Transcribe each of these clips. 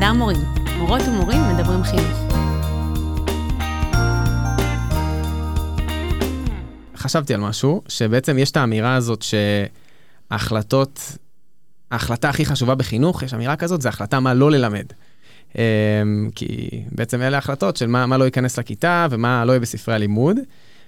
חדר מורים, מורות ומורים מדברים חינוך. חשבתי על משהו, שבעצם יש את האמירה הזאת ההחלטה הכי חשובה בחינוך, יש אמירה כזאת, זה החלטה מה לא ללמד. כי בעצם אלה ההחלטות של מה לא ייכנס לכיתה, ומה לא יהיה בספרי הלימוד.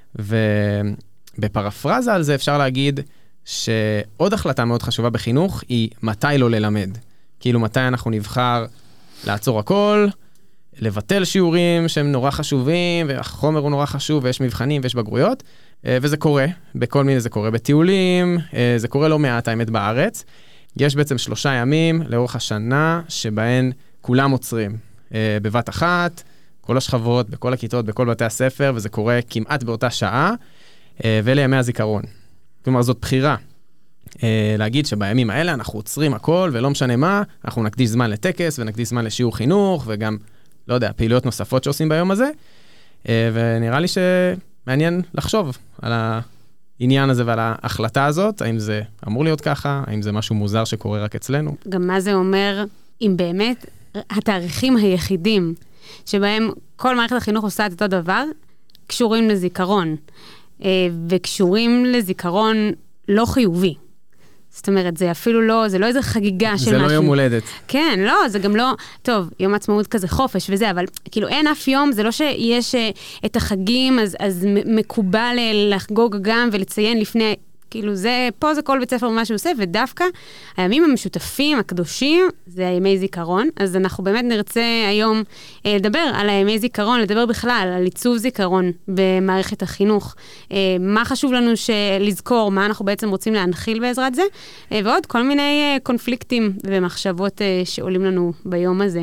ובפרפרזה על זה אפשר להגיד שעוד החלטה מאוד חשובה בחינוך היא מתי לא ללמד. כאילו מתי אנחנו נבחר לעצור הכל, לבטל שיעורים שהם נורא חשובים, והחומר הוא נורא חשוב, ויש מבחנים ויש בגרויות, וזה קורה, בכל מיני זה קורה בטיולים, זה קורה לא מעט האמת בארץ. יש בעצם 3 ימים לאורך השנה, שבהן כולם עוצרים בבת אחת, כל השכבות, בכל הכיתות, בכל בתי הספר, וזה קורה כמעט באותה שעה, ואלה ימי הזיכרון. כלומר, זאת בחירה. להגיד שבימים האלה אנחנו עוצרים הכל, ולא משנה מה, אנחנו נקדיש זמן לטקס, ונקדיש זמן לשיעור חינוך, וגם, לא יודע, פעילויות נוספות שעושים ביום הזה, ונראה לי שמעניין לחשוב על העניין הזה ועל ההחלטה הזאת, האם זה אמור להיות ככה, האם זה משהו מוזר שקורה רק אצלנו. גם מה זה אומר, אם באמת התאריכים היחידים, שבהם כל מערכת החינוך עושה את אותו דבר, קשורים לזיכרון, וקשורים לזיכרון לא חיובי. זאת אומרת, זה אפילו לא, זה לא איזה חגיגה של משהו. זה לא יום הולדת. כן, לא, זה גם לא, טוב, יום עצמאות כזה חופש וזה, אבל כאילו אין אף יום, זה לא שיש את החגים, אז מקובל לחגוג גם ולציין לפני, כאילו זה, פה זה כל בית ספר מה שהוא עושה, ודווקא הימים המשותפים, הקדושים, זה הימי זיכרון, אז אנחנו באמת נרצה היום לדבר על הימי זיכרון, לדבר בכלל על עיצוב זיכרון במערכת החינוך, מה חשוב לנו לזכור, מה אנחנו בעצם רוצים להנחיל בעזרת זה, ועוד כל מיני קונפליקטים ומחשבות שעולים לנו ביום הזה.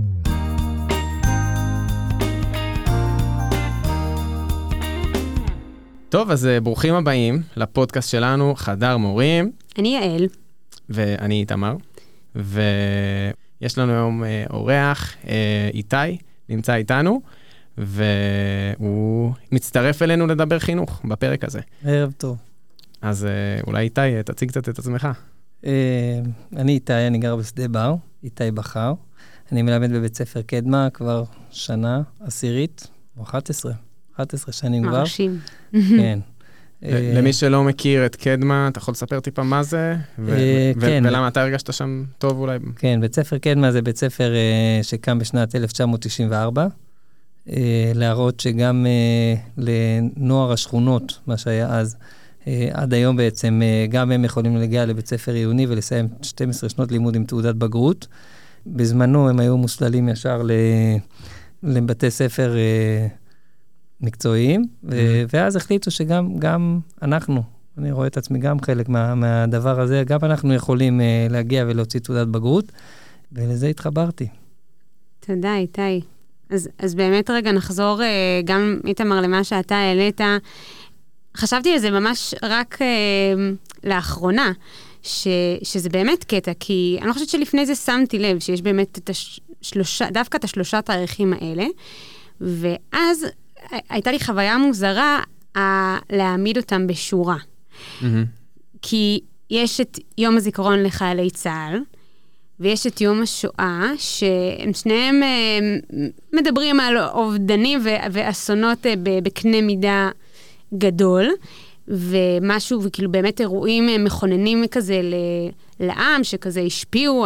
טוב, אז ברוכים הבאים לפודקאסט שלנו, חדר מורים. אני יעל. ואני איתמר. ויש לנו היום אורח, איתי, נמצא איתנו, והוא מצטרף אלינו לדבר חינוך בפרק הזה. ערב טוב. אז אולי איתי, תציג קצת את עצמך. אני איתי, אני גר בשדה בר, איתי בחר. אני מלמד בבית ספר קדמה כבר שנה עשירית, או 11 שנים כבר. מרשים. כן. למי שלא מכיר את קדמה, אתה יכול לספר טיפה מה זה? ולמה אתה הרגשת שם טוב אולי? כן, בית ספר קדמה זה בית ספר שקם בשנת 1994, להראות שגם לנוער השכונות, מה שהיה אז, עד היום בעצם, גם הם יכולים להגיע לבית ספר עיוני ולסיים 12 שנות לימוד עם תעודת בגרות. בזמנו הם היו מוסללים ישר לבתי ספר מקצועיים, ואז החליטו שגם אנחנו, אני רואה את עצמי גם חלק מהדבר הזה, גם אנחנו יכולים להגיע ולהוציא תעודת בגרות, ולזה התחברתי. תודה, איתי. אז באמת רגע נחזור גם איתמר למה שאתה העלית. חשבתי על זה ממש רק לאחרונה, שזה באמת קטע, כי אני חושבת שלפני זה שמתי לב שיש באמת דווקא את 3 תאריכים האלה, ואז הייתה לי חוויה מוזרה להעמיד אותם בשורה. כי יש את יום הזיכרון לחיילי צה"ל, ויש את יום השואה, שהם שניהם מדברים על אובדנים ואסונות בקנה מידה גדול, ומשהו, וכאילו באמת אירועים מכוננים כזה לעם, שכזה השפיעו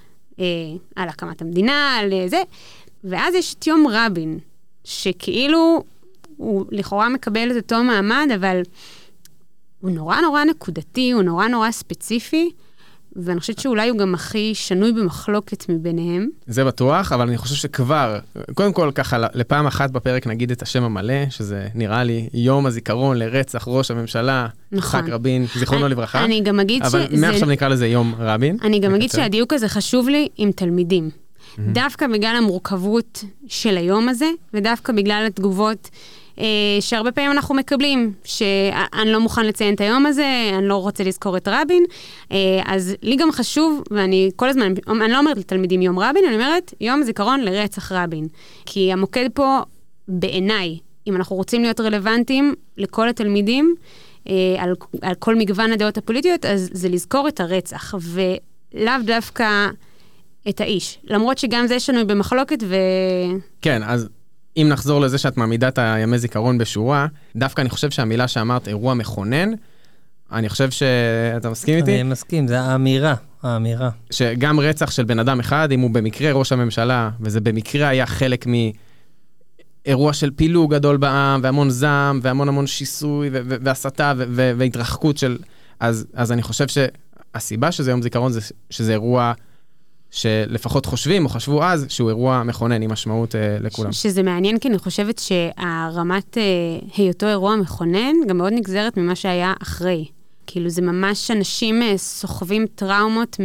על הקמת המדינה, על זה. ואז יש את יום רבין, שכאילו הוא לכאורה מקבל את אותו מעמד, אבל הוא נורא נורא נקודתי, הוא נורא נורא ספציפי, ואני חושבת שאולי הוא גם הכי שנוי במחלוקת מביניהם. זה בטוח, אבל אני חושב שכבר, קודם כל ככה, לפעם אחת בפרק נגיד את השם המלא, שזה נראה לי יום הזיכרון לרצח ראש הממשלה, יצחק רבין, זיכרונו לברכה. אני גם אגיד אבל מעכשיו נקרא לזה יום רבין. אני גם אגיד שהדיוק הזה חשוב לי עם תלמידים. דווקא בגלל המורכבות של היום הזה, ודווקא בגלל התגובות שהרבה פעמים אנחנו מקבלים, שאני לא מוכן לציין את היום הזה, אני לא רוצה לזכור את רבין, אז לי גם חשוב, ואני כל הזמן, אני לא אומרת לתלמידים יום רבין, אני אומרת יום זיכרון לרצח רבין. כי המוקד פה בעיניי, אם אנחנו רוצים להיות רלוונטיים לכל התלמידים, על כל מגוון הדעות הפוליטיות, אז זה לזכור את הרצח, ולאו דווקא את האיש. למרות שגם זה שנוי במחלוקת כן, אז אם נחזור לזה שאת מעמידה את הימי זיכרון בשורה, דווקא אני חושב שהמילה שאמרת, אירוע מכונן, אני חושב שאתה מסכים איתי? אני מסכים, זה האמירה. שגם רצח של בן אדם אחד, אם הוא במקרה ראש הממשלה, וזה במקרה היה חלק מאירוע של פילוג גדול בעם, והמון זעם, והמון שיסוי, והסתה, והתרחקות של... אז אני חושב שהסיבה שזה יום זיכרון, זה שזה אירוע שלפחות חושבים, או חשבו אז, שהוא אירוע מכונן, עם משמעות לכולם. שזה מעניין, כי אני חושבת שהרמת היותו אירוע מכונן, גם מאוד נגזרת ממה שהיה אחרי. כאילו, זה ממש אנשים סוחבים טראומות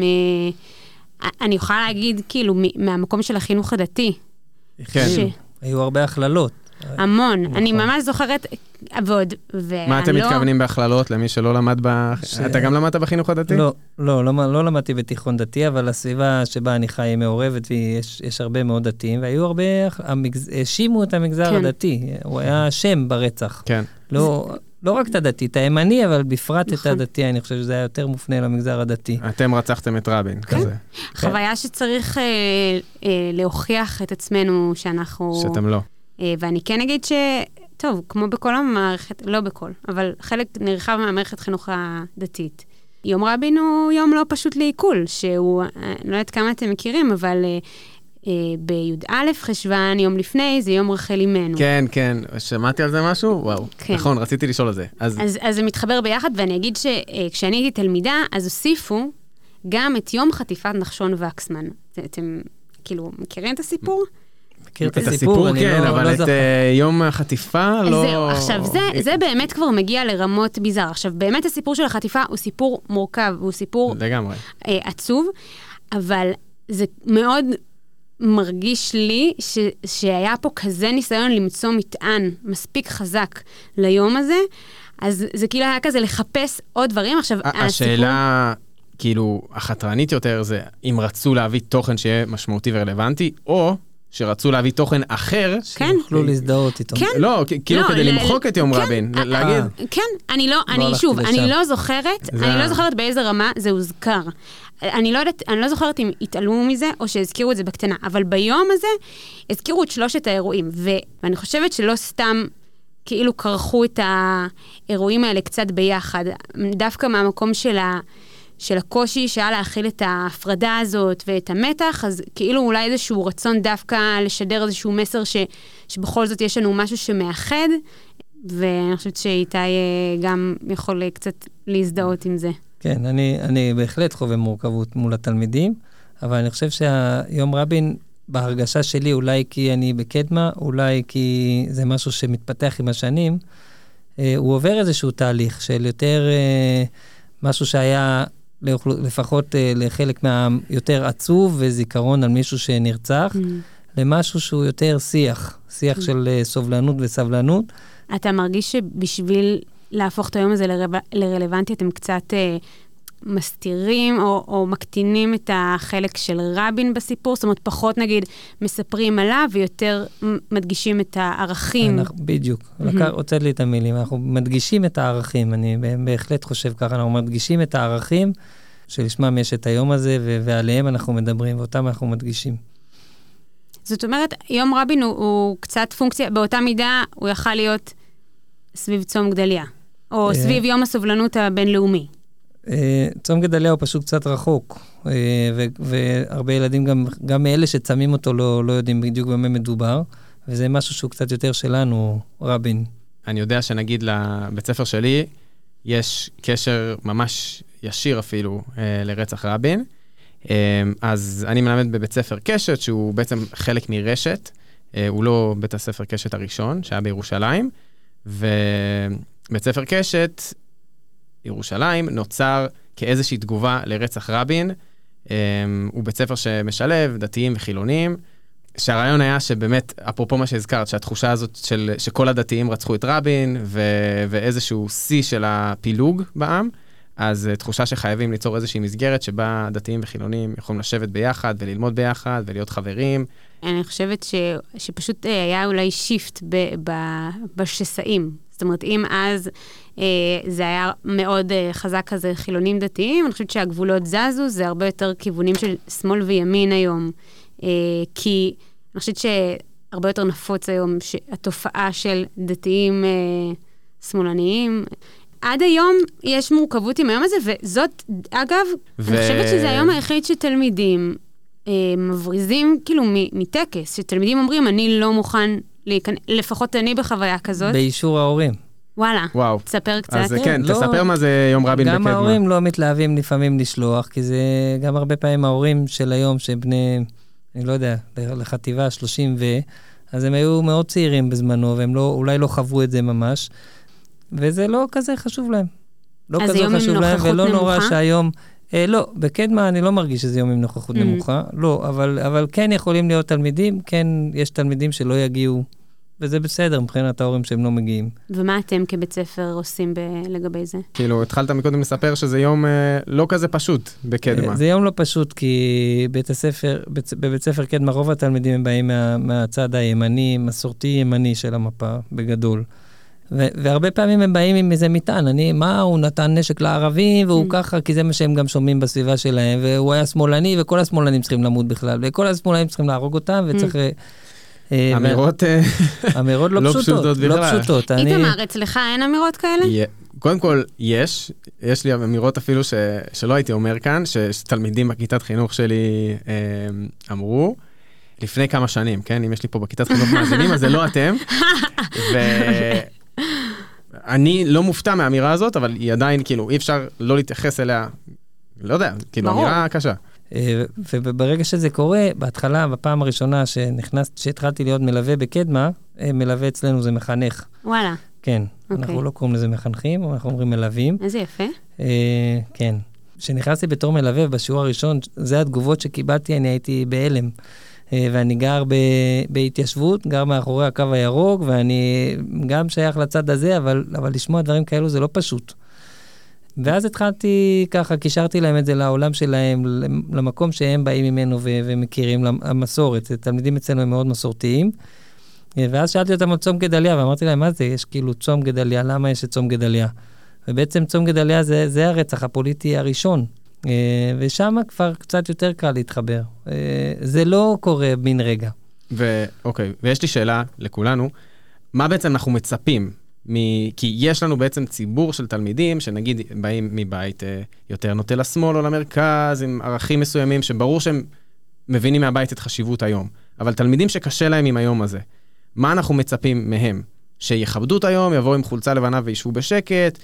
אני יכולה להגיד, כאילו, מהמקום של החינוך הדתי. כן. היו הרבה הכללות. המון. אני ממש זוכרת, ועוד, מה אתם מתכוונים בהכללות למי שלא למד אתה גם למדת בחינוך הדתי? לא למדתי בתיכון דתי, אבל הסביבה שבה אני חי היא מעורבת, ויש הרבה מאוד דתיים, והיו הרבה, האשימו את המגזר הדתי. הוא היה שם ברצח. כן. לא רק את הדתי, את הימני, אבל בפרט את הדתי, אני חושב שזה היה יותר מופנה למגזר הדתי. אתם רצחתם את רבין, כזה. חוויה שצריך להוכיח את עצמנו שאתם לא. ואני כן אגיד טוב, כמו בכל המערכת, לא בכל, אבל חלק נרחב מהמערכת חינוך הדתית. יום רבין הוא יום לא פשוט לעיכול, שהוא, לא יודעת כמה אתם מכירים, אבל בי"א חשוון, יום לפני, זה יום רחל אימנו. כן, כן, שמעתי על זה משהו? וואו, כן. נכון, רציתי לשאול על זה. אז זה מתחבר ביחד, ואני אגיד שכשאני הייתי תלמידה, אז הוסיפו גם את יום חטיפת נחשון וקסמן. אתם כאילו מכירים את הסיפור? את הסיפור, כן, אבל את יום החטיפה לא... זהו, עכשיו, זה באמת כבר מגיע לרמות ביזר. עכשיו, באמת הסיפור של החטיפה הוא סיפור מורכב, הוא סיפור עצוב, אבל זה מאוד מרגיש לי שהיה פה כזה ניסיון למצוא מטען מספיק חזק ליום הזה, אז זה כאילו היה כזה לחפש עוד דברים. עכשיו, השאלה... כאילו, החתרנית יותר זה אם רצו להביא תוכן שיהיה משמעותי ורלוונטי, או שרצו להביא תוכן אחר, שיוכלו להזדהות איתו. לא, כאילו כדי למחוק את יום רבין, להגיד. כן, אני לא זוכרת באיזה רמה זה הוזכר. אני לא זוכרת אם התעלמו מזה, או שהזכירו את זה בקטנה, אבל ביום הזה הזכירו את 3 האירועים, ואני חושבת שלא סתם כאילו קרחו את האירועים האלה קצת ביחד, דווקא מהמקום של הקושי שהיה להכיל את ההפרדה הזאת ואת המתח, אז כאילו אולי איזשהו רצון דווקא לשדר איזשהו מסר שבכל זאת יש לנו משהו שמאחד, ואני חושבת שאיתי גם יכול קצת להזדהות עם זה. כן, אני בהחלט חווה מורכבות מול התלמידים, אבל אני חושב שהיום רבין, בהרגשה שלי, אולי כי אני בקדמה, אולי כי זה משהו שמתפתח עם השנים, הוא עובר איזשהו תהליך של יותר משהו שהיה... לפחות לחלק יותר עצוב וזיכרון על מישהו שנרצח, למשהו שהוא יותר שיח של סובלנות וסבלנות. אתה מרגיש שבשביל להפוך את היום הזה לרלוונטי, אתם קצת מסתירים או מקטינים את החלק של רבין בסיפור? זאת אומרת, פחות נגיד מספרים עליו ויותר מדגישים את הערכים. בדיוק. הוצאת לי את המילים. אנחנו מדגישים את הערכים. אני בהחלט חושב ככה. אנחנו מדגישים את הערכים שלשמם יש את היום הזה, ועליהם אנחנו מדברים, ואותם אנחנו מדגישים. זאת אומרת, יום רבין הוא קצת פונקציה, באותה מידה הוא יכל להיות סביב צום גדליה, או סביב יום הסובלנות הבינלאומי. צום גדליה הוא פשוט קצת רחוק, והרבה ילדים גם מאלה שצמים אותו לא יודעים בדיוק במה מדובר, וזה משהו שהוא קצת יותר שלנו, רבין. אני יודע שנגיד לבית ספר שלי, יש קשר ממש ישיר אפילו לרצח רבין, אז אני מלמד בבית ספר קשת, שהוא בעצם חלק מרשת, הוא לא בית הספר קשת הראשון, שהיה בירושלים, ובית ספר קשת, ירושלים, נוצר כאיזושהי תגובה לרצח רבין, הוא בית ספר שמשלב דתיים וחילונים, שהרעיון היה שבאמת, אפרופו מה שהזכרת, שהתחושה הזאת שכל הדתיים רצחו את רבין, ואיזשהו שיא של הפילוג בעם, אז תחושה שחייבים ליצור איזושהי מסגרת שבה דתיים וחילונים יכולים לשבת ביחד וללמוד ביחד ולהיות חברים. אני חושבת שפשוט היה אולי שיפט בשסעים. זאת אומרת, אם אז זה היה מאוד חזק כזה חילונים דתיים, אני חושבת שהגבולות זזו, זה הרבה יותר כיוונים של שמאל וימין היום, כי אני חושבת שהרבה יותר נפוץ היום שהתופעה של דתיים שמאלניים, עד היום יש מורכבות עם היום הזה, וזאת, אגב, אני חושבת שזה היום היחיד שתלמידים מבריזים כאילו מטקס, שתלמידים אומרים, אני לא מוכן להיכנס, לפחות אני בחוויה כזאת. באישור ההורים. וואלה, וואו. תספר קצת. אז כן, תספר מה זה יום רבין בקדמה. גם ההורים לא מתלהבים לפעמים לשלוח, כי זה גם הרבה פעמים ההורים של היום, שבני, אני לא יודע, לחטיבה 30 אז הם היו מאוד צעירים בזמנו, והם אולי לא חוו את זה ממש, וזה לא כזה חשוב להם. לא כזה חשוב להם, ולא נורא שהיום, לא, בקדמה אני לא מרגיש שזה יום עם נוכחות נמוכה, לא, אבל כן יכולים להיות תלמידים, כן יש תלמידים שלא יגיעו, וזה בסדר מבחינת ההורים שהם לא מגיעים. ומה אתם כבית ספר עושים לגבי זה? כאילו, התחלת מקודם לספר שזה יום לא כזה פשוט בקדמה. זה יום לא פשוט, כי בבית ספר קדמה, רוב התלמידים הם באים מהצד הימני, מסורתי ימני של המפה, בגדול. והרבה פעמים הם באים עם איזה מטען, הוא נתן נשק לערבים, והוא ככה, כי זה מה שהם גם שומעים בסביבה שלהם, והוא היה שמאלני, וכל השמאלנים צריכים למות בכלל, וכל השמאלנים צריכים להרוג אותם, וצריך... אמירות לא פשוטות, לא פשוטות. איתמר, אצלך אין אמירות כאלה? קודם כל, יש לי אמירות אפילו שלא הייתי אומר כאן, שתלמידים בכיתת חינוך שלי אמרו, לפני כמה שנים, כן? אם יש לי פה בכיתת חינוך מאזינים, אז זה לא אתם. ואני לא מופתע מהאמירה הזאת, אבל היא עדיין, כאילו, אי אפשר לא להתייחס אליה, לא יודע, כאילו, אמירה קשה. וברגע שזה קורה, בהתחלה, בפעם הראשונה שהתחלתי להיות מלווה בקדמה, מלווה אצלנו זה מחנך. וואלה. כן, אנחנו לא קוראים לזה מחנכים, אנחנו אומרים מלווים. איזה יפה. כן. כשנכנסתי בתור מלווה בשיעור הראשון, זה התגובות שקיבלתי, אני הייתי בהלם. ואני גר בהתיישבות, גר מאחורי הקו הירוק, ואני גם שייך לצד הזה, אבל לשמוע דברים כאלו זה לא פשוט. ואז התחלתי ככה, קישרתי להם את זה לעולם שלהם, למקום שהם באים ממנו ומכירים למסורת. תלמידים אצלנו הם מאוד מסורתיים. ואז שאלתי אותם על צום גדליה, ואמרתי להם, מה זה? יש כאילו צום גדליה, למה יש את צום גדליה? ובעצם צום גדליה זה הרצח הפוליטי הראשון. ושם כבר קצת יותר קל להתחבר. זה לא קורה בין רגע. אוקיי, ויש לי שאלה לכולנו, מה בעצם אנחנו מצפים? כי יש לנו בעצם ציבור של תלמידים, שנגיד באים מבית יותר נוטה לשמאל או למרכז, עם ערכים מסוימים, שברור שהם מבינים מהבית את חשיבות היום. אבל תלמידים שקשה להם עם היום הזה, מה אנחנו מצפים מהם? שיכבדו את היום, יבואו עם חולצה לבנה וישבו בשקט,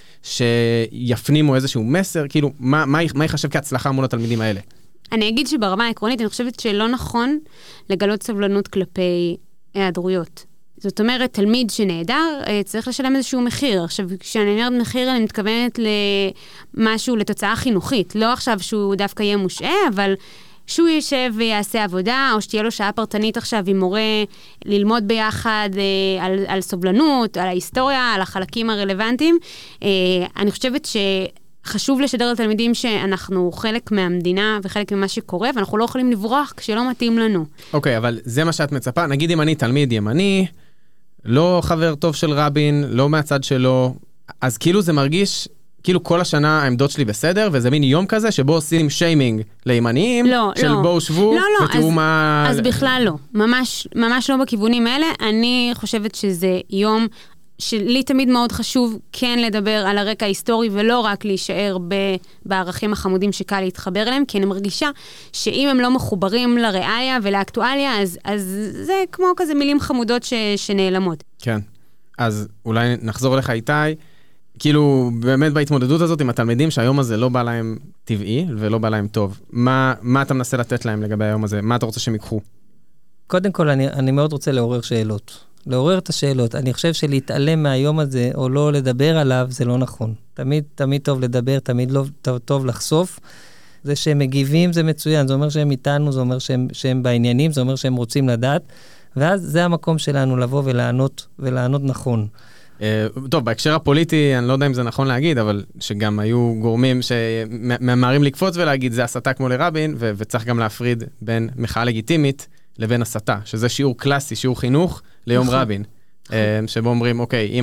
שיפנימו איזשהו מסר, כאילו, מה יחשב כהצלחה מול התלמידים האלה? אני אגיד שברמה העקרונית, אני חושבת שלא נכון לגלות סבלנות כלפי היעדרויות. זאת אומרת, תלמיד שנעדר, צריך לשלם איזשהו מחיר. עכשיו, כשאני אומרת מחיר, אני מתכוונת למשהו, לתוצאה חינוכית. לא עכשיו שהוא דווקא יהיה מושעה, אבל שהוא יישב ויעשה עבודה, או שתהיה לו שעה פרטנית עכשיו עם מורה ללמוד ביחד על סובלנות, על ההיסטוריה, על החלקים הרלוונטיים. אני חושבת שחשוב לשדר לתלמידים שאנחנו חלק מהמדינה וחלק ממה שקורה, ואנחנו לא יכולים לברוח כשלא מתאים לנו. אוקיי, אבל זה מה שאת מצפה. נגיד אם אני תלמיד ימני, לא חבר טוב של רבין, לא מהצד שלו, אז כאילו זה מרגיש... כאילו כל השנה העמדות שלי בסדר, וזה מין יום כזה שבו עושים שיימינג לימניים, של בואו שבו, ותראו מה... אז בכלל לא, ממש לא בכיוונים האלה. אני חושבת שזה יום שלי תמיד מאוד חשוב כן לדבר על הרקע ההיסטורי, ולא רק להישאר בערכים החמודים שקל להתחבר אליהם, כי אני מרגישה שאם הם לא מחוברים לריאליה ולאקטואליה, אז זה כמו כזה מילים חמודות שנעלמות. כן, אז אולי נחזור לך איתי, כאילו, באמת בהתמודדות הזאת עם התלמידים שהיום הזה לא בא להם טבעי ולא בא להם טוב. מה אתה מנסה לתת להם לגבי היום הזה? מה אתה רוצה שהם ייקחו? קודם כל, אני מאוד רוצה לעורר שאלות. לעורר את השאלות. אני חושב שלהתעלם מהיום הזה או לא לדבר עליו, זה לא נכון. תמיד טוב לדבר, תמיד לא טוב לחשוף. זה שהם מגיבים, זה מצוין. זה אומר שהם איתנו, זה אומר שהם בעניינים, זה אומר שהם רוצים לדעת. ואז זה המקום שלנו לבוא ולענות נכון. טוב, בהקשר הפוליטי, אני לא יודע אם זה נכון להגיד, אבל שגם היו גורמים שמאמרים לקפוץ ולהגיד, זה הסתה כמו לרבין, וצריך גם להפריד בין מחאה לגיטימית לבין הסתה, שזה שיעור קלאסי, שיעור חינוך ליום רבין, שבו אומרים, אוקיי, אם אני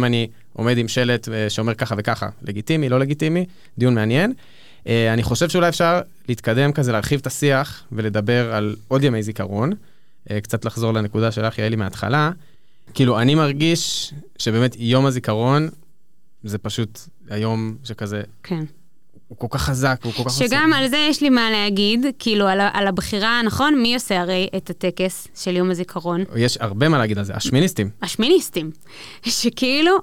עומד עם שלט שאומר ככה וככה, לגיטימי, לא לגיטימי, דיון מעניין. אני חושב שאולי אפשר להתקדם כזה, להרחיב את השיח ולדבר על עוד ימי זיכרון, קצת לחזור לנקודה שלך, יעלי, מההתחלה. כאילו, אני מרגיש שבאמת יום הזיכרון, זה פשוט היום שכזה, כן. הוא כל כך חזק, הוא כל כך... שגם על זה יש לי מה להגיד, כאילו, על הבחירה, נכון? מי עושה הרי את הטקס של יום הזיכרון? יש הרבה מה להגיד על זה, השמיניסטים. השמיניסטים. שכאילו,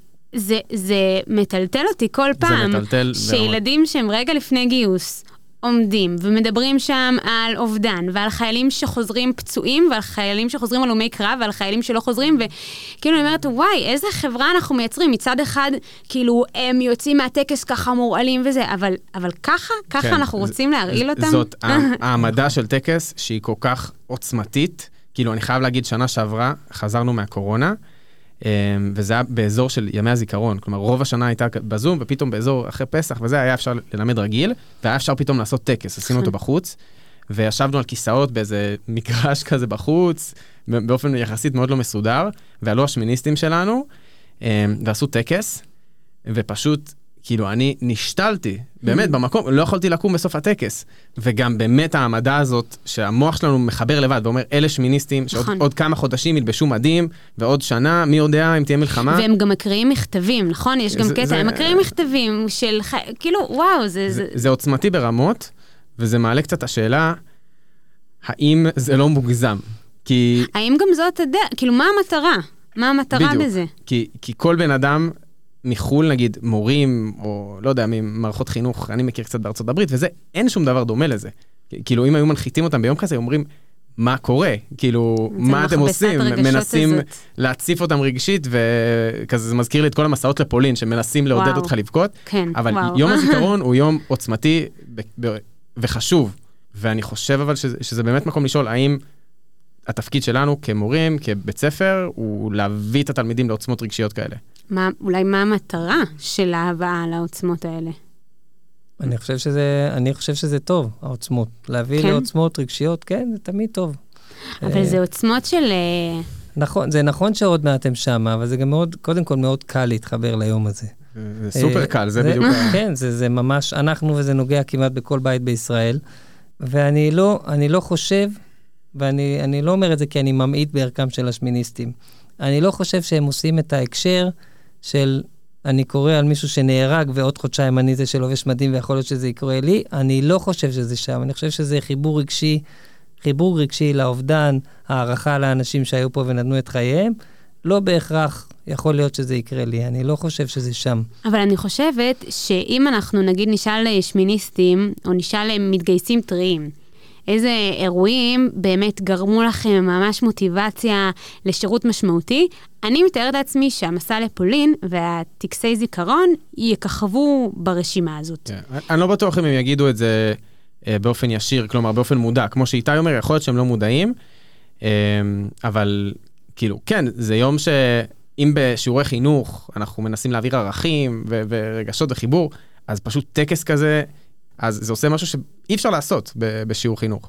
זה מטלטל אותי כל פעם. זה מטלטל. שילדים שהם רגע לפני גיוס, עומדים ומדברים שם על אובדן, ועל חיילים שחוזרים פצועים, ועל חיילים שחוזרים הלומי קרב, ועל חיילים שלא חוזרים, וכאילו אני אומרת, וואי, איזה חברה אנחנו מייצרים. מצד אחד, כאילו, הם יוצאים מהטקס ככה מורעלים וזה, אבל ככה כן, אנחנו רוצים להרעיל אותם. זאת העמדה של טקס שהיא כל כך עוצמתית. כאילו, אני חייב להגיד, שנה שעברה, חזרנו מהקורונה, וזה היה באזור של ימי הזיכרון, כלומר רוב השנה הייתה בזום, ופתאום באזור אחרי פסח, וזה היה אפשר ללמד רגיל, והיה אפשר פתאום לעשות טקס, עשינו אותו בחוץ, וישבנו על כיסאות באיזה מגרש כזה בחוץ, באופן יחסית מאוד לא מסודר, ועלו השמיניסטים שלנו, ועשו טקס, ופשוט, כאילו, אני נשתלתי, באמת, במקום, לא יכולתי לקום בסוף הטקס, וגם באמת העמדה הזאת, שהמוח שלנו מחבר לבד, ואומר, אלה שמיניסטים, שעוד כמה חודשים ילבשו מדים, ועוד שנה, מי יודע אם תהיה מלחמה. והם גם מקריאים מכתבים, נכון? יש גם קטע, הם מקריאים מכתבים של, כאילו, וואו, זה עוצמתי ברמות, וזה מעלה קצת השאלה, האם זה לא מוגזם? כי... האם גם זאת הדרך? כאילו, מה המטרה? מה המטרה בזה? כי כל בן אדם מחול, נגיד, מורים, או לא יודע, ממערכות חינוך, אני מכיר קצת בארצות הברית, וזה, אין שום דבר דומה לזה. כאילו, אם היו מנחיתים אותם ביום כזה, אומרים, מה קורה? כאילו, מה אתם עושים? מנסים להציף אותם רגשית, וכזה זה מזכיר לי את כל המסעות לפולין, שמנסים לעודד אותך לבכות. כן, אבל יום הזיכרון הוא יום עוצמתי וחשוב. ואני חושב אבל שזה באמת מקום לשאול, האם התפקיד שלנו כמורים, כבית ספר, הוא להביא את התלמידים לעוצמות רגשיות כאלה. אולי מה המטרה של ההבאה לעוצמות האלה? אני חושב שזה טוב, העוצמות. להביא לעוצמות רגשיות, כן, זה תמיד טוב. אבל זה עוצמות של... נכון, זה נכון שעוד מעט הם שם, אבל זה גם מאוד, קודם כל מאוד קל להתחבר ליום הזה. זה סופר קל, זה בדיוק... כן, זה ממש, אנחנו וזה נוגע כמעט בכל בית בישראל, ואני לא חושב, ואני לא אומר את זה כי אני ממעיט בערכם של השמיניסטים, אני לא חושב שהם עושים את ההקשר של, אני קורא על מישהו שנהרג, ועוד חודשיים אני זה שלובש מדים, ויכול להיות שזה יקרה לי, אני לא חושב שזה שם, אני חושב שזה חיבור רגשי לאובדן, הערכה לאנשים שהיו פה ונתנו את חייהם, לא בהכרח יכול להיות שזה יקרה לי, אני לא חושב שזה שם. אבל אני חושבת שאם אנחנו נגיד נשאל שמיניסטים, או נשאל מתגייסים טריים, איזה אירועים באמת גרמו לכם ממש מוטיבציה לשירות משמעותי, אני מתארת לעצמי שהמסע לפולין והטקסי זיכרון יככבו ברשימה הזאת. אני לא בטוח אם הם יגידו את זה באופן ישיר, כלומר באופן מודע, כמו שאיתי אומר, יכול להיות שהם לא מודעים, אבל כאילו, כן, זה יום שאם בשיעורי חינוך אנחנו מנסים להעביר ערכים ורגשות וחיבור, אז פשוט טקס כזה, אז זה עושה משהו שאי אפשר לעשות בשיעור חינוך.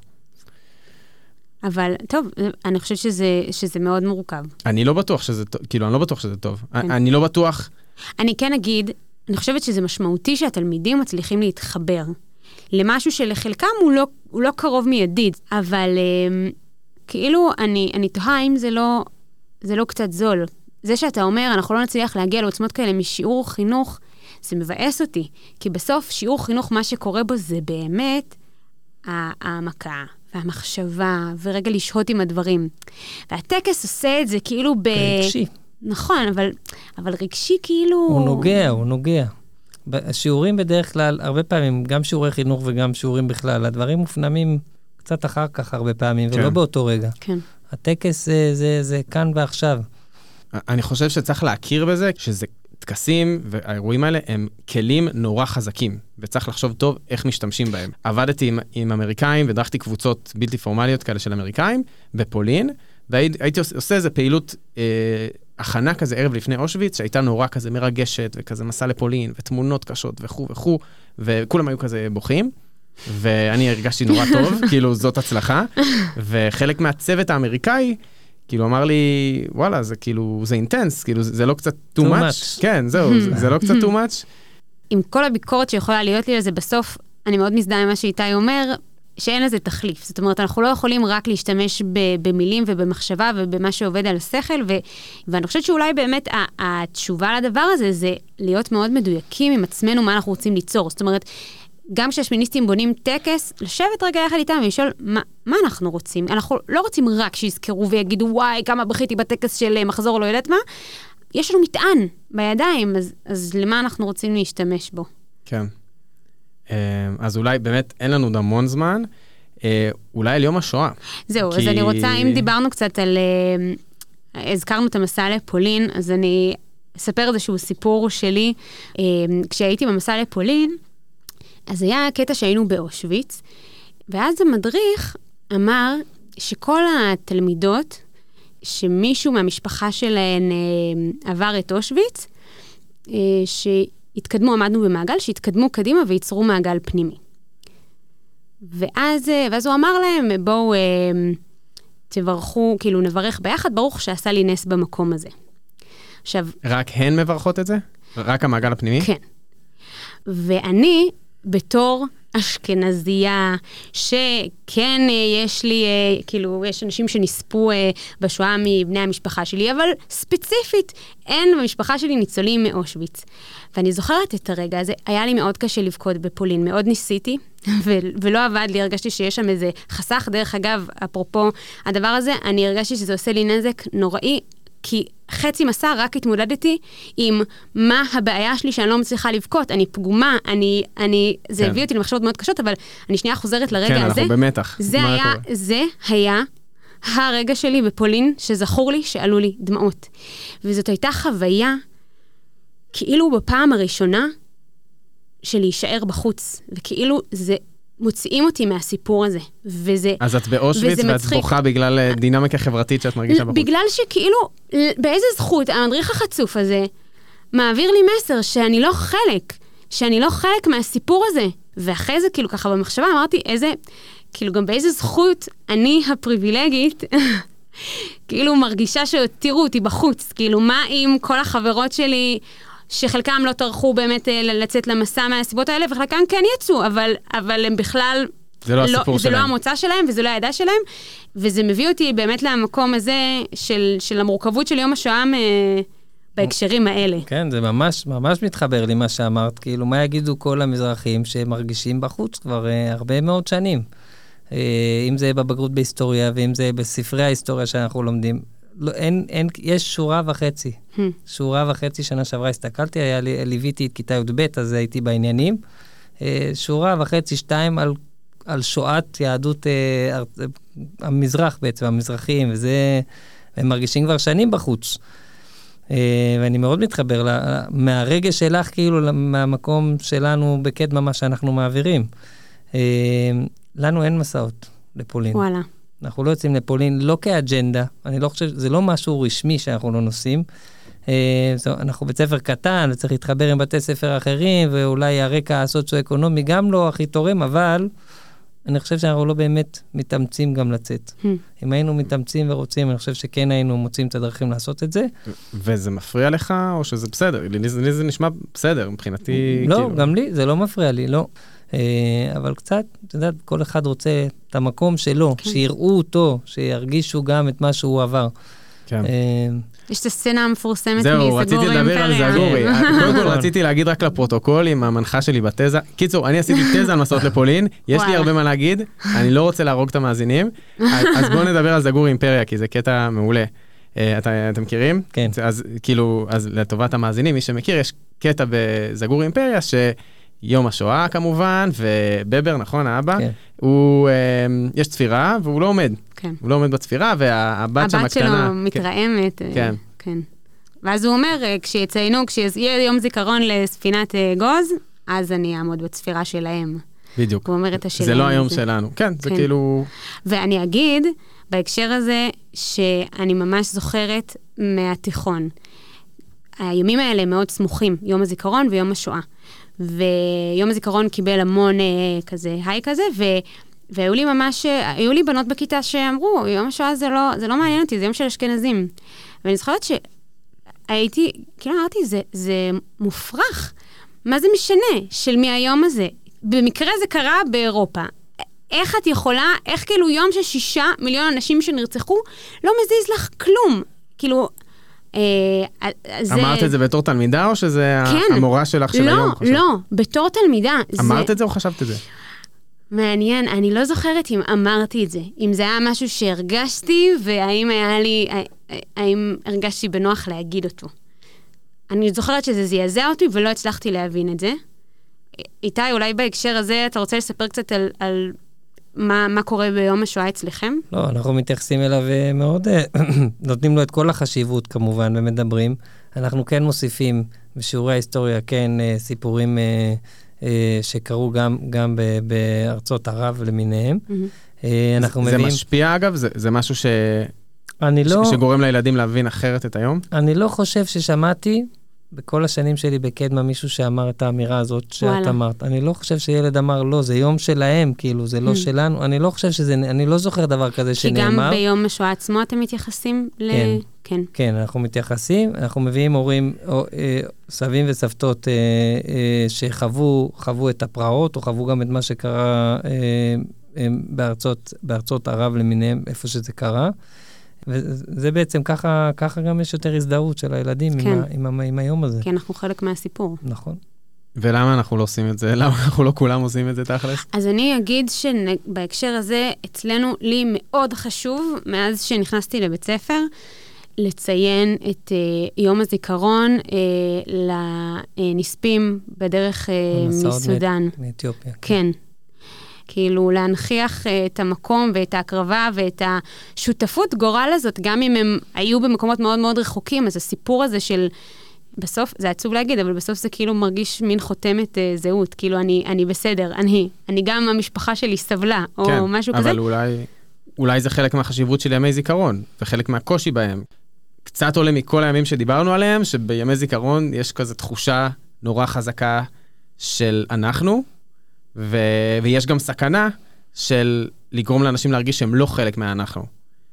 אבל טוב, אני חושבת שזה מאוד מורכב. אני לא בטוח שזה טוב, כאילו, אני לא בטוח שזה טוב. אני לא בטוח... אני כן אגיד, אני חושבת שזה משמעותי שהתלמידים מצליחים להתחבר למשהו שלחלקם הוא לא קרוב מיידית, אבל כאילו אני תוהה אם זה לא קצת זול. זה שאתה אומר, אנחנו לא נצליח להגיע לעוצמות כאלה משיעור חינוך, זה מבאס אותי, כי בסוף שיעור חינוך, מה שקורה בו זה באמת העמקה והמחשבה, ורגע לשהות עם הדברים. והטקס עושה את זה כאילו רגשי. נכון, אבל רגשי כאילו... הוא נוגע. השיעורים בדרך כלל, הרבה פעמים, גם שיעורי חינוך וגם שיעורים בכלל, הדברים מופנמים קצת אחר כך הרבה פעמים, ולא באותו רגע. כן. הטקס זה כאן ועכשיו. אני חושב שצריך להכיר בזה, שזה טקסים והאירועים האלה הם כלים נורא חזקים, וצריך לחשוב טוב איך משתמשים בהם. עבדתי עם אמריקאים ודרכתי קבוצות בלתי פורמליות כאלה של אמריקאים בפולין, והייתי עושה איזה פעילות הכנה כזה ערב לפני אושוויץ, שהייתה נורא כזה מרגשת וכזה מסע לפולין ותמונות קשות וכו', וכולם היו כזה בוכים, ואני הרגשתי נורא טוב, כאילו זאת הצלחה, וחלק מהצוות האמריקאי, כאילו אמר לי, וואלה, זה כאילו, זה אינטנס, כאילו, זה לא קצת too much. כן, זהו, זה לא קצת too much. עם כל הביקורת שיכולה להיות לי לזה, בסוף אני מאוד מזדהה עם מה שאיתי אומר, שאין לזה תחליף. זאת אומרת, אנחנו לא יכולים רק להשתמש במילים ובמחשבה ובמה שעובד על השכל, ואני חושבת שאולי באמת התשובה לדבר הזה, זה להיות מאוד מדויקים עם עצמנו מה אנחנו רוצים ליצור. זאת אומרת, גם כשהשמיניסטים בונים טקס, לשבת רגע יחד איתם ולשאול מה אנחנו רוצים. אנחנו לא רוצים רק שיזכרו ויגידו, וואי, כמה בכיתי בטקס של מחזור, לא יודעת מה. יש לנו מטען בידיים, אז למה אנחנו רוצים להשתמש בו? כן. אז אולי באמת אין לנו המון זמן, אולי על יום השואה. זהו, אז אני רוצה, אם דיברנו קצת על, הזכרנו את המסע לפולין, אז אני אספר איזשהו סיפור שלי. כשהייתי במסע לפולין, אז היה קטע שהיינו באושוויץ, ואז המדריך אמר שכל התלמידות, שמישהו מהמשפחה שלהן עבר את אושוויץ, שהתקדמו, עמדנו במעגל, שהתקדמו קדימה וייצרו מעגל פנימי. ואז הוא אמר להם, בואו תברכו, כאילו נברך ביחד, ברוך שעשה לי נס במקום הזה. עכשיו... רק הן מברכות את זה? רק המעגל הפנימי? כן. ואני, בתור אשכנזייה, שכן יש לי, כאילו, יש אנשים שנספו בשואה מבני המשפחה שלי, אבל ספציפית, אין במשפחה שלי ניצולים מאושוויץ. ואני זוכרת את הרגע הזה, היה לי מאוד קשה לבכות בפולין, מאוד ניסיתי, ולא עבד לי, הרגשתי שיש שם איזה חסך, דרך אגב, אפרופו הדבר הזה, אני הרגשתי שזה עושה לי נזק נוראי, כי חצי מסע רק התמודדתי עם מה הבעיה שלי שאני לא מצליחה לבכות, אני פגומה, זה הביא אותי למחשבות מאוד קשות, אבל אני שנייה חוזרת לרגע הזה. כן, אנחנו במתח. זה היה הרגע שלי בפולין, שזכור לי שעלו לי דמעות. וזאת הייתה חוויה, כאילו בפעם הראשונה, של להישאר בחוץ, וכאילו זה... מוציאים אותי מהסיפור הזה, וזה... אז את באושוויץ ואת בוכה בגלל דינמיקה חברתית שאת מרגישה בחוץ. בגלל שכאילו, באיזה זכות, המדריך החצוף הזה, מעביר לי מסר שאני לא חלק מהסיפור הזה. ואחרי זה, כאילו ככה במחשבה, אמרתי, כאילו גם באיזה זכות אני הפריבילגית, כאילו מרגישה שהותירו אותי בחוץ, כאילו מה אם כל החברות שלי... שחלקם לא טרחו באמת לצאת למסע מהסיבות האלה, וחלקם כן יצאו, אבל הם בכלל... זה לא הסיפור שלהם. זה לא המוצא שלהם, וזה לא הידע שלהם, וזה מביא אותי באמת למקום הזה של המורכבות של יום השואה בהקשרים האלה. כן, זה ממש מתחבר לי מה שאמרת, כאילו, מה יגידו כל המזרחים שמרגישים בחוץ כבר הרבה מאוד שנים? אם זה בבגרות בהיסטוריה, ואם זה בספרי ההיסטוריה שאנחנו לומדים, לא, יש שורה וחצי שנה שעברה הסתכלתי, ליוויתי את כיתה י"ב, אז הייתי בעניינים, שורה וחצי, 2 על שואת יהדות המזרח בעצם, המזרחים, וזה, הם מרגישים כבר שנים בחוץ. ואני מאוד מתחבר מהרגע שלך, כאילו, מהמקום שלנו בקדמה מה שאנחנו מעבירים. לנו אין מסעות לפולין. וואלה. אנחנו לא יוצאים לפולין, לא כאג'נדה, אני לא חושב, זה לא משהו רשמי שאנחנו לא נוסעים. אנחנו בית ספר קטן, וצריך להתחבר עם בתי ספר אחרים, ואולי הרקע הסוציו-אקונומי גם לא הכי תורם, אבל אני חושב שאנחנו לא באמת מתאמצים גם לצאת. אם היינו מתאמצים ורוצים, אני חושב שכן היינו מוצאים את הדרכים לעשות את זה. וזה מפריע לך, או שזה בסדר? לי זה נשמע בסדר, מבחינתי... לא, גם לי, זה לא מפריע לי, לא. אבל קצת, אתה יודע, כל אחד רוצה את המקום שלו, שיראו אותו, שירגישו גם את מה שהוא עבר. כן. יש את הסצנה המפורסמת זהו, רציתי לדבר על זגורי. קודם כל רציתי להגיד רק לפרוטוקול עם המנחה שלי בתזה. קיצור, אני עשיתי תזה על מסעות לפולין, יש לי הרבה מה להגיד, אני לא רוצה להרוג את המאזינים, אז בואו נדבר על זגורי אימפריה, כי זה קטע מעולה. אתם מכירים? כן. אז כאילו, אז לטובת המאזינים, מי שמכיר, יש קטע בזגורי אימפריה, יום השואה כמובן, ובבר, נכון, האבא, יש צפירה, והוא לא עומד. הוא לא עומד בצפירה, והבת שם הקטנה... הבת שלו מתרעמת. כן. ואז הוא אומר, כשיהיה יום זיכרון לספינת גוז, אז אני אעמוד בצפירה שלהם. בדיוק. הוא אומר את השלהם. זה לא היום שלנו. כן, זה כאילו... ואני אגיד, בהקשר הזה, שאני ממש זוכרת מהתיכון. הימים האלה מאוד סמוכים, יום הזיכרון ויום השואה. ויום הזיכרון קיבל המון כזה, היי כזה, והיו לי ממש, היו לי בנות בכיתה שאמרו, יום השואה זה לא מעניין אותי, זה יום של אשכנזים. ואני זוכרת שהייתי, כאילו אמרתי, זה מופרך. מה זה משנה של מי היום הזה? במקרה זה קרה באירופה. איך את יכולה, איך כאילו יום של 6 מיליון אנשים שנרצחו, לא מזיז לך כלום. כאילו, אמרת את זה בתור תלמידה, או שזה המורה שלך של היום? לא, בתור תלמידה. אמרת את זה או חשבת את זה? מעניין, אני לא זוכרת אם אמרתי את זה. אם זה היה משהו שהרגשתי, האם הרגשתי בנוח להגיד אותו. אני זוכרת שזה זעזע אותי, ולא הצלחתי להבין את זה. איתי, אולי בהקשר הזה, אתה רוצה לספר קצת על מה קורה ביום השואה אצלכם? לא, אנחנו מתייחסים אליו מאוד, נותנים לו את כל החשיבות כמובן, ומדברים. אנחנו כן מוסיפים בשיעורי ההיסטוריה, כן סיפורים שקרו גם בארצות ערב למיניהם. זה משפיע אגב? זה משהו שגורם לילדים להבין אחרת את היום? אני לא חושב ששמעתי בכל השנים שלי בקדמה מישהו שאמר את האמירה הזאת שאת אמרת. אני לא חושב שילד אמר, לא, זה יום שלהם, כאילו, זה לא שלנו. אני לא חושב אני לא זוכר דבר כזה שנאמר. כי גם ביום השואה עצמו אתם מתייחסים כן. כן, אנחנו מתייחסים, אנחנו מביאים הורים, סבים וסבתות שחוו את הפרעות, או חוו גם את מה שקרה בארצות ערב למיניהם, איפה שזה קרה. וזה בעצם ככה גם יש יותר הזדהות של הילדים עם היום הזה. כי אנחנו חלק מהסיפור. נכון. ולמה אנחנו לא עושים את זה? למה אנחנו לא כולם עושים את זה תכלס? אז אני אגיד שבהקשר הזה, אצלנו לי מאוד חשוב, מאז שנכנסתי לבית ספר, לציין את יום הזיכרון לנספים בדרך מסודן. מאתיופיה. כן. כאילו להנכיח את המקום ואת ההקרבה ואת השותפות גורל הזאת, גם אם הם היו במקומות מאוד מאוד רחוקים, אז הסיפור הזה של, בסוף, זה עצוב להגיד, אבל בסוף זה כאילו מרגיש מין חותמת זהות, כאילו אני בסדר, אני גם המשפחה שלי סבלה, או כן, משהו כזה. אבל אולי זה חלק מהחשיבות של ימי זיכרון, וחלק מהקושי בהם. קצת עולה מכל הימים שדיברנו עליהם, שבימי זיכרון יש כזו תחושה נורא חזקה של אנחנו, ויש גם סכנה של לגרום לאנשים להרגיש שהם לא חלק מהאנחנו.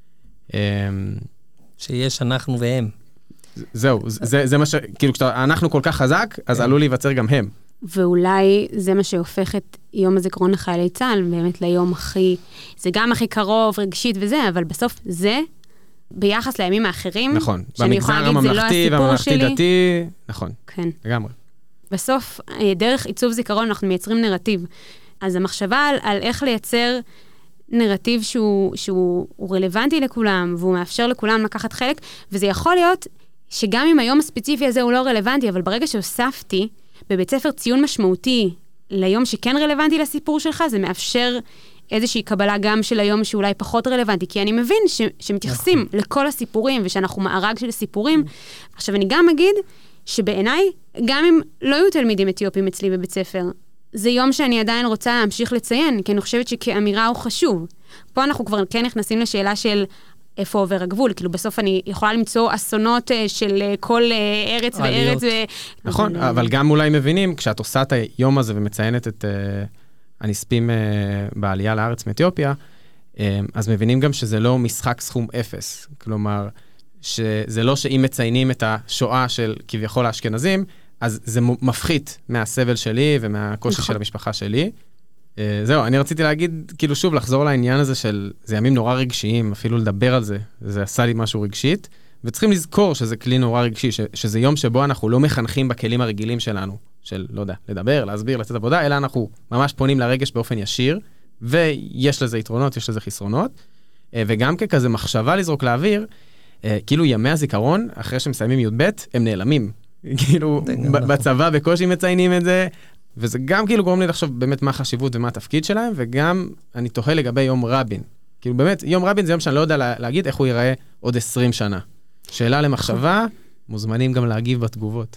שיש אנחנו והם. זהו, זה מה כאילו כשאנחנו כל כך חזק, אז עלול להיווצר גם הם. ואולי זה מה שהופך את יום הזיכרון לחיילי צה"ל, באמת ליום זה גם הכי קרוב, רגשית וזה, אבל בסוף זה, ביחס לימים האחרים, נכון, במגזר הממלכתי והממלכתי דתי, נכון, כן. לגמרי. בסוף, דרך עיצוב זיכרון, אנחנו מייצרים נרטיב. אז המחשבה על איך לייצר נרטיב שהוא רלוונטי לכולם, והוא מאפשר לכולם לקחת חלק, וזה יכול להיות שגם אם היום הספציפי הזה הוא לא רלוונטי, אבל ברגע שהוספתי בבית ספר ציון משמעותי ליום שכן רלוונטי לסיפור שלך, זה מאפשר איזושהי קבלה גם של היום שאולי פחות רלוונטי, כי אני מבין שמתייחסים לכל הסיפורים, ושאנחנו מארג של סיפורים. עכשיו, אני גם אגיד שבעיניי, גם אם לא היו תלמידים אתיופים אצלי בבית ספר, זה יום שאני עדיין רוצה להמשיך לציין, כי אני חושבת שכאמירה הוא חשוב. פה אנחנו כבר כן נכנסים לשאלה של איפה עובר הגבול, כאילו בסוף אני יכולה למצוא אסונות של כל ארץ וארץ. נכון, אבל גם אולי מבינים, כשאת עושה את היום הזה ומציינת את הנספים בעלייה לארץ מאתיופיה, אז מבינים גם שזה לא משחק סכום אפס. כלומר, שזה לא שאם מציינים את השואה של כביכול האשכנזים, אז זה מפחית מהסבל שלי ומהקושי של המשפחה שלי. זהו, אני רציתי להגיד, כאילו שוב, לחזור לעניין הזה של, זה ימים נורא רגשיים, אפילו לדבר על זה, זה עשה לי משהו רגשית, וצריכים לזכור שזה כלי נורא רגשי, שזה יום שבו אנחנו לא מחנכים בכלים הרגילים שלנו, של, לא יודע, לדבר, להסביר, לצאת עבודה, אלא אנחנו ממש פונים לרגש באופן ישיר, ויש לזה יתרונות, יש לזה חסרונות, וגם ככזה מחשבה לזרוק לאוויר, כאילו ימי הזיכרון, אחרי שמסיימים י"ב, הם נעלמים. כאילו, בצבא בקושי מציינים את זה, וזה גם כאילו גורם לי לחשוב באמת מה החשיבות ומה התפקיד שלהם, וגם אני תוהה לגבי יום רבין. כאילו באמת, יום רבין זה יום שאני לא יודע להגיד איך הוא ייראה עוד 20 שנה. שאלה למחשבה, מוזמנים גם להגיב בתגובות.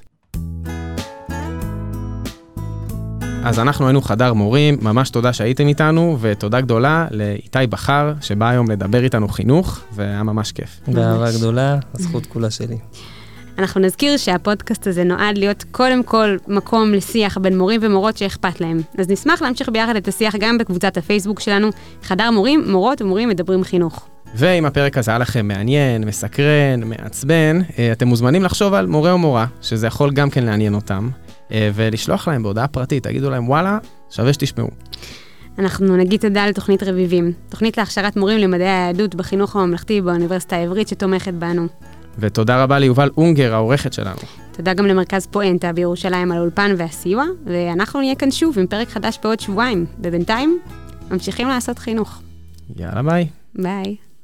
אז אנחנו היינו חדר מורים, ממש תודה שהייתם איתנו, ותודה גדולה לאיתי בחר, שבא היום לדבר איתנו חינוך, והיה ממש כיף. באהבה גדולה, הזכות כולה שלי. אנחנו נזכיר שהפודקאסט הזה נועד להיות קודם כל מקום לשיח בין מורים ומורות שאכפת להם. אז נשמח להמשיך ביחד את השיח גם בקבוצת הפייסבוק שלנו, חדר מורים, מורות ומורים מדברים חינוך. ואם הפרק הזה היה לכם מעניין, מסקרן, מעצבן, אתם מוזמנים לחשוב על מורה או מורה, שזה יכול גם כן לעניין אותם, ולשלוח להם בהודעה פרטית, תגידו להם, וואלה, שווה שתשמעו. אנחנו נגיד תודה לתוכנית רביבים, תוכנית להכשרת מורים למדעי היהדות בחינוך הממלכתי באוניברסיטה העברית שתומכת בנו. ותודה רבה ליובל אונגר, העורכת שלנו. תודה גם למרכז פואנטה בירושלים על האולפן והסיוע, ואנחנו נהיה כאן שוב עם פרק חדש בעוד שבועיים, ובינתיים ממשיכים לעשות חינוך. יאללה ביי. ביי.